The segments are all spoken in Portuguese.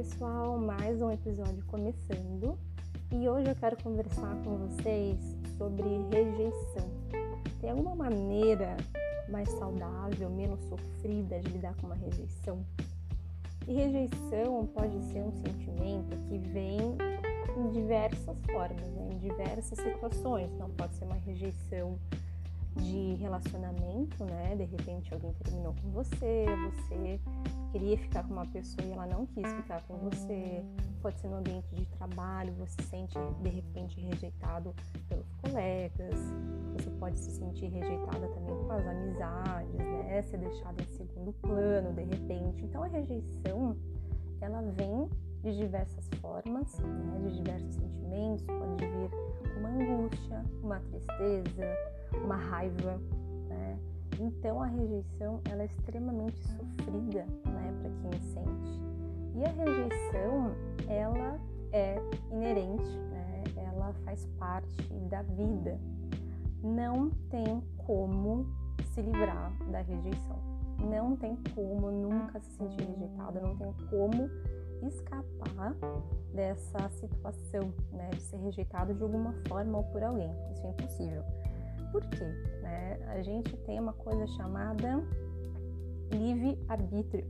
pessoal, mais um episódio começando e hoje eu quero conversar com vocês sobre rejeição. Tem alguma maneira mais saudável, menos sofrida de lidar com uma rejeição? E rejeição pode ser um sentimento que vem em diversas formas, em diversas situações. Não pode ser uma rejeição de relacionamento, De repente alguém terminou com você queria ficar com uma pessoa e ela não quis ficar com você. Pode ser no ambiente de trabalho, você se sente de repente rejeitado pelos colegas, você pode se sentir rejeitada também com as amizades, Ser deixada em segundo plano de repente. Então a rejeição, ela vem de diversas formas, de diversos sentimentos. Pode vir uma angústia, uma tristeza, uma raiva, Então a rejeição, ela é extremamente sofrida, para quem sente. E a rejeição, ela é inerente, Ela faz parte da vida. Não tem como se livrar da rejeição. Não tem como nunca se sentir rejeitada, não tem como escapar dessa situação, de ser rejeitado de alguma forma ou por alguém. Isso é impossível. Por quê? A gente tem uma coisa chamada livre-arbítrio.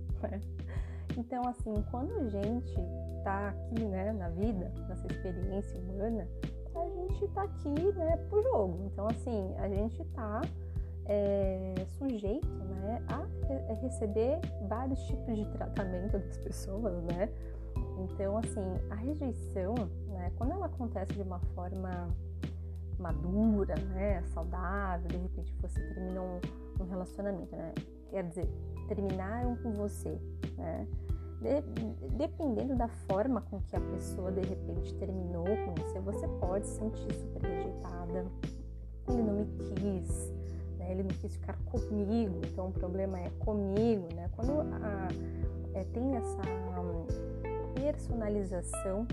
Então, assim, quando a gente tá aqui, na vida, nessa experiência humana, a gente tá aqui, pro jogo. Então, assim, a gente tá sujeito, a receber vários tipos de tratamento das pessoas, Então, assim, a rejeição, quando ela acontece de uma forma madura, saudável, de repente você terminou um relacionamento, Quer dizer, terminaram com você, Dependendo da forma com que a pessoa de repente terminou com você, você pode se sentir super rejeitada. Ele não me quis, Ele não quis ficar comigo, então o problema é comigo, Quando tem essa personalização,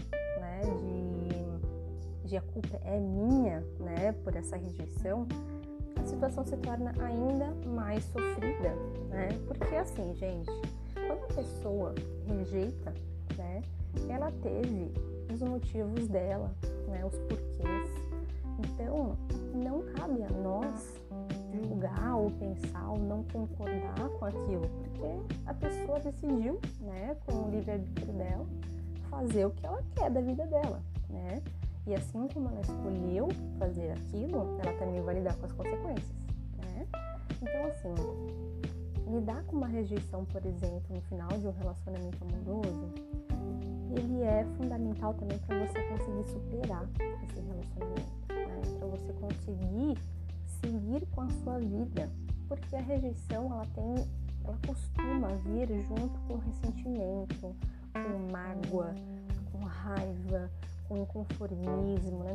de a culpa é minha, por essa rejeição, a situação se torna ainda mais sofrida, Porque assim, gente, quando a pessoa rejeita, ela teve os motivos dela, os porquês. Então, não cabe a nós julgar ou pensar ou não concordar com aquilo, porque a pessoa decidiu, com o livre-arbítrio dela, fazer o que ela quer da vida dela, E assim como ela escolheu fazer aquilo, ela também vai lidar com as consequências, Então, assim, lidar com uma rejeição, por exemplo, no final de um relacionamento amoroso, ele é fundamental também para você conseguir superar esse relacionamento, Para você conseguir seguir com a sua vida, porque a rejeição, ela costuma vir junto com ressentimento, com mágoa, com raiva, com inconformismo,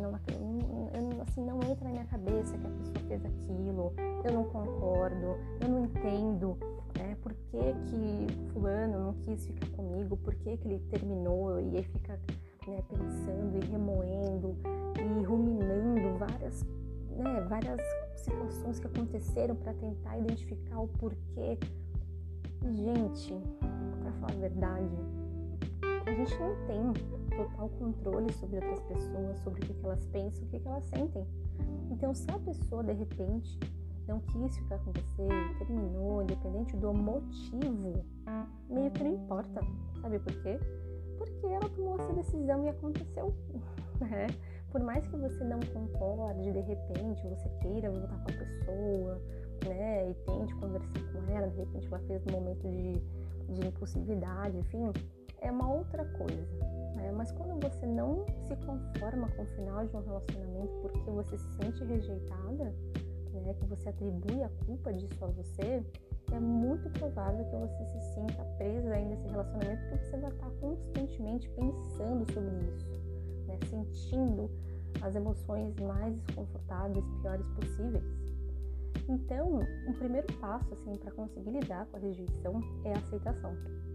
não entra na minha cabeça que a pessoa fez aquilo, eu não concordo, eu não entendo, por que fulano não quis ficar comigo, por que ele terminou, e aí fica pensando e remoendo e ruminando várias situações que aconteceram para tentar identificar o porquê. Gente, para falar a verdade, a gente não tem total controle sobre outras pessoas, sobre o que elas pensam, o que elas sentem. Então, se a pessoa, de repente, não quis ficar com você, terminou, independente do motivo, meio que não importa. Sabe por quê? Porque ela tomou essa decisão e aconteceu, Por mais que você não concorde, de repente, você queira voltar com a pessoa, e tente conversar com ela, de repente ela fez um momento de impulsividade, enfim, é uma outra coisa, Mas quando você não se conforma com o final de um relacionamento porque você se sente rejeitada, que você atribui a culpa disso a você, é muito provável que você se sinta presa ainda nesse relacionamento, porque você vai estar constantemente pensando sobre isso, sentindo as emoções mais desconfortáveis, piores possíveis. Então, o primeiro passo, para conseguir lidar com a rejeição é a aceitação,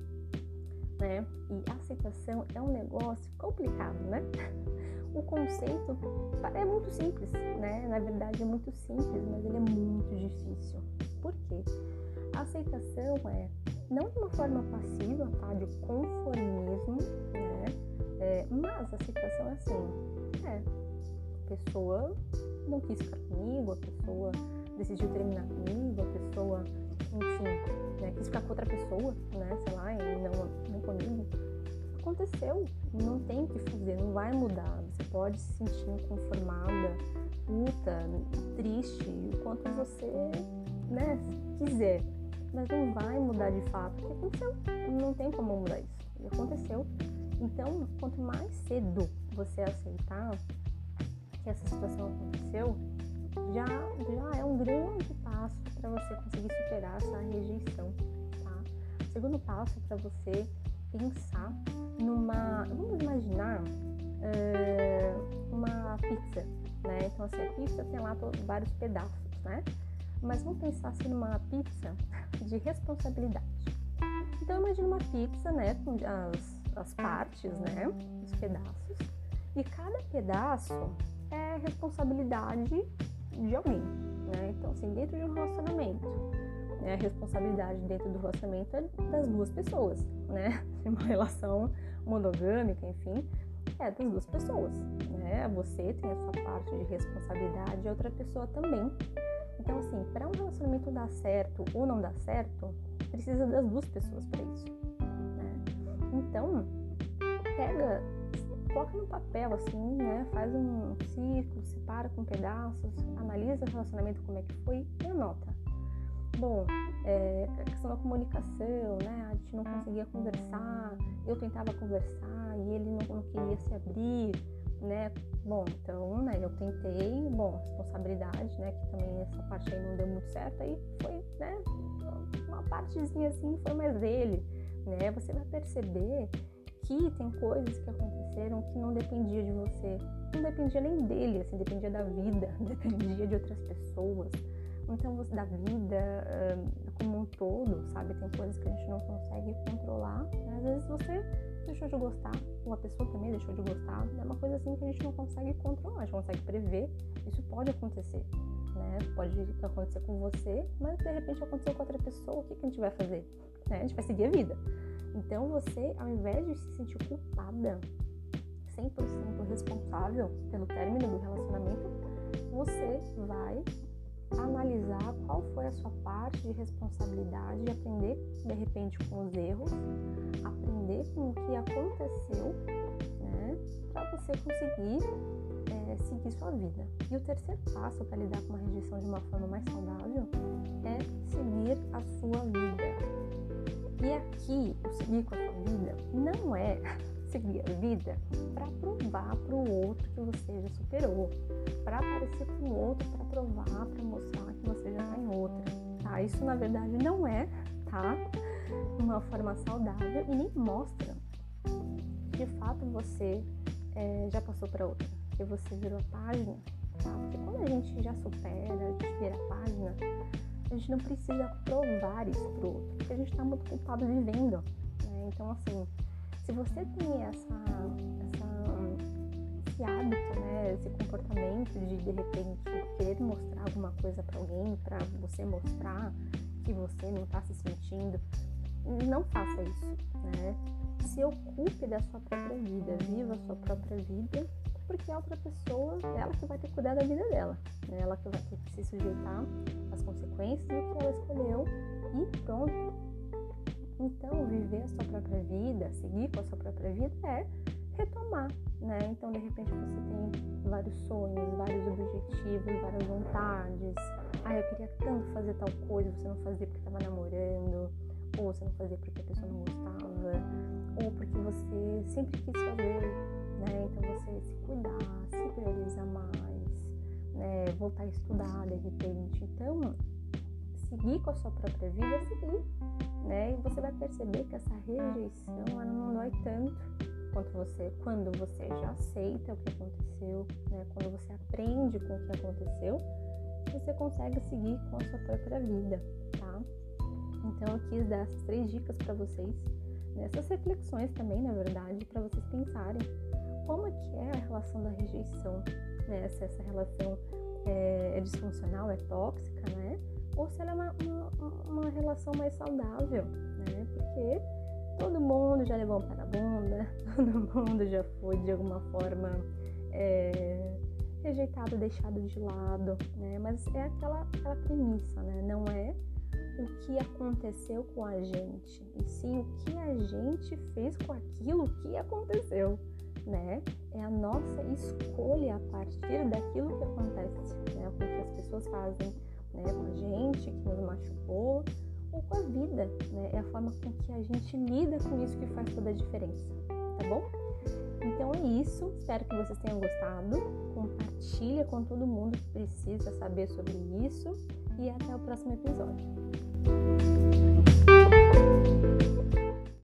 E a aceitação é um negócio complicado, O conceito é muito simples, Na verdade é muito simples, mas ele é muito difícil. Por quê? A aceitação é não de uma forma passiva, tá? De conformismo, né? Mas a situação é assim, a pessoa não quis ficar comigo, a pessoa decidiu terminar comigo, a pessoa, enfim, né, quis ficar com outra pessoa, né, sei lá, e não comigo. Aconteceu, não tem o que fazer, não vai mudar. Você pode se sentir inconformada, puta, triste, o quanto você, né, quiser, mas não vai mudar de fato, porque aconteceu, não tem como mudar isso, e aconteceu. Então, quanto mais cedo você aceitar que essa situação aconteceu, já é um grande passo para você conseguir superar essa rejeição, tá? O segundo passo é para você pensar vamos imaginar uma pizza, né? Então, assim, a pizza tem lá vários pedaços, né? Mas vamos pensar assim numa pizza de responsabilidade. Então, imagina uma pizza, né, com as partes, né, os pedaços, e cada pedaço é responsabilidade de alguém, né? Então, assim, dentro de um relacionamento, né, a responsabilidade dentro do relacionamento é das duas pessoas, né? Uma relação monogâmica, enfim, é das duas pessoas, né? Você tem a sua parte de responsabilidade e a outra pessoa também. Então, assim, para um relacionamento dar certo ou não dar certo, precisa das duas pessoas para isso, né? Então, coloca no papel, assim, né? Faz um círculo, separa com pedaços, analisa o relacionamento, como é que foi e anota. Bom, a questão da comunicação, né? A gente não conseguia conversar, eu tentava conversar e ele não queria se abrir, né? Bom, então, né, eu tentei, responsabilidade, né? Que também essa parte aí não deu muito certo, aí foi, né? Uma partezinha assim foi mais dele, né? Você vai perceber que tem coisas que aconteceram que não dependia de você, não dependia nem dele, assim, dependia da vida, dependia de outras pessoas. Então, da vida como um todo, sabe? Tem coisas que a gente não consegue controlar, né? Às vezes você deixou de gostar, ou a pessoa também deixou de gostar, é uma coisa assim que a gente não consegue controlar, a gente não consegue prever, isso pode acontecer, né? Pode acontecer com você, mas de repente aconteceu com outra pessoa, o que a gente vai fazer? Né? A gente vai seguir a vida. Então você, ao invés de se sentir culpada, 100% responsável pelo término do relacionamento, você vai analisar qual foi a sua parte de responsabilidade e aprender, de repente, com os erros, aprender com o que aconteceu, né, para você conseguir seguir sua vida. E o terceiro passo para lidar com uma rejeição de uma forma mais saudável é seguir a sua vida. E aqui, o seguir com a sua vida não é seguir a vida para provar para o outro que você já superou, para aparecer com o outro, para provar, para mostrar que você já está em outra, tá? Isso na verdade não é, tá? Uma forma saudável e nem mostra que de fato você já passou para outra, que você virou a página, tá? Porque quando a gente já supera, a gente vira a página, a gente não precisa provar isso pro outro, porque a gente está muito ocupado vivendo, né? Então, assim, se você tem esse hábito, né, esse comportamento de repente querer mostrar alguma coisa para alguém, para você mostrar que você não está se sentindo, não faça isso, né? Se ocupe da sua própria vida, viva a sua própria vida, porque a outra pessoa, ela que vai ter que cuidar da vida dela, né? Ela que vai ter que se sujeitar às consequências do que ela escolheu e pronto. Então, viver a sua própria vida, seguir com a sua própria vida é retomar, né? Então, de repente, você tem vários sonhos, vários objetivos, várias vontades. Eu queria tanto fazer tal coisa, você não fazia porque estava namorando, ou você não fazia porque a pessoa não gostava, ou porque você sempre quis fazer, né? Então, você se cuidar, se priorizar mais, né? Voltar a estudar, de repente. Então, seguir com a sua própria vida é seguir, né? E você vai perceber que essa rejeição, ela não dói tanto quando você já aceita o que aconteceu, né? Quando você aprende com o que aconteceu, você consegue seguir com a sua própria vida, tá? Então eu quis dar essas 3 dicas para vocês, nessas reflexões também, na verdade, para vocês pensarem como é que é a relação da rejeição, né? Se essa relação é disfuncional, é tóxica, né? ou se ela é uma relação mais saudável, né? Porque todo mundo já levou um pé na bunda, todo mundo já foi de alguma forma rejeitado, deixado de lado, né? Mas é aquela premissa, né? Não é o que aconteceu com a gente, e sim o que a gente fez com aquilo que aconteceu, né? É a nossa escolha a partir daquilo que acontece, né? Com que as pessoas fazem, né, com a gente, que nos machucou, ou com a vida, né? É a forma com que a gente lida com isso que faz toda a diferença, tá bom? Então é isso, espero que vocês tenham gostado, compartilha com todo mundo que precisa saber sobre isso e até o próximo episódio.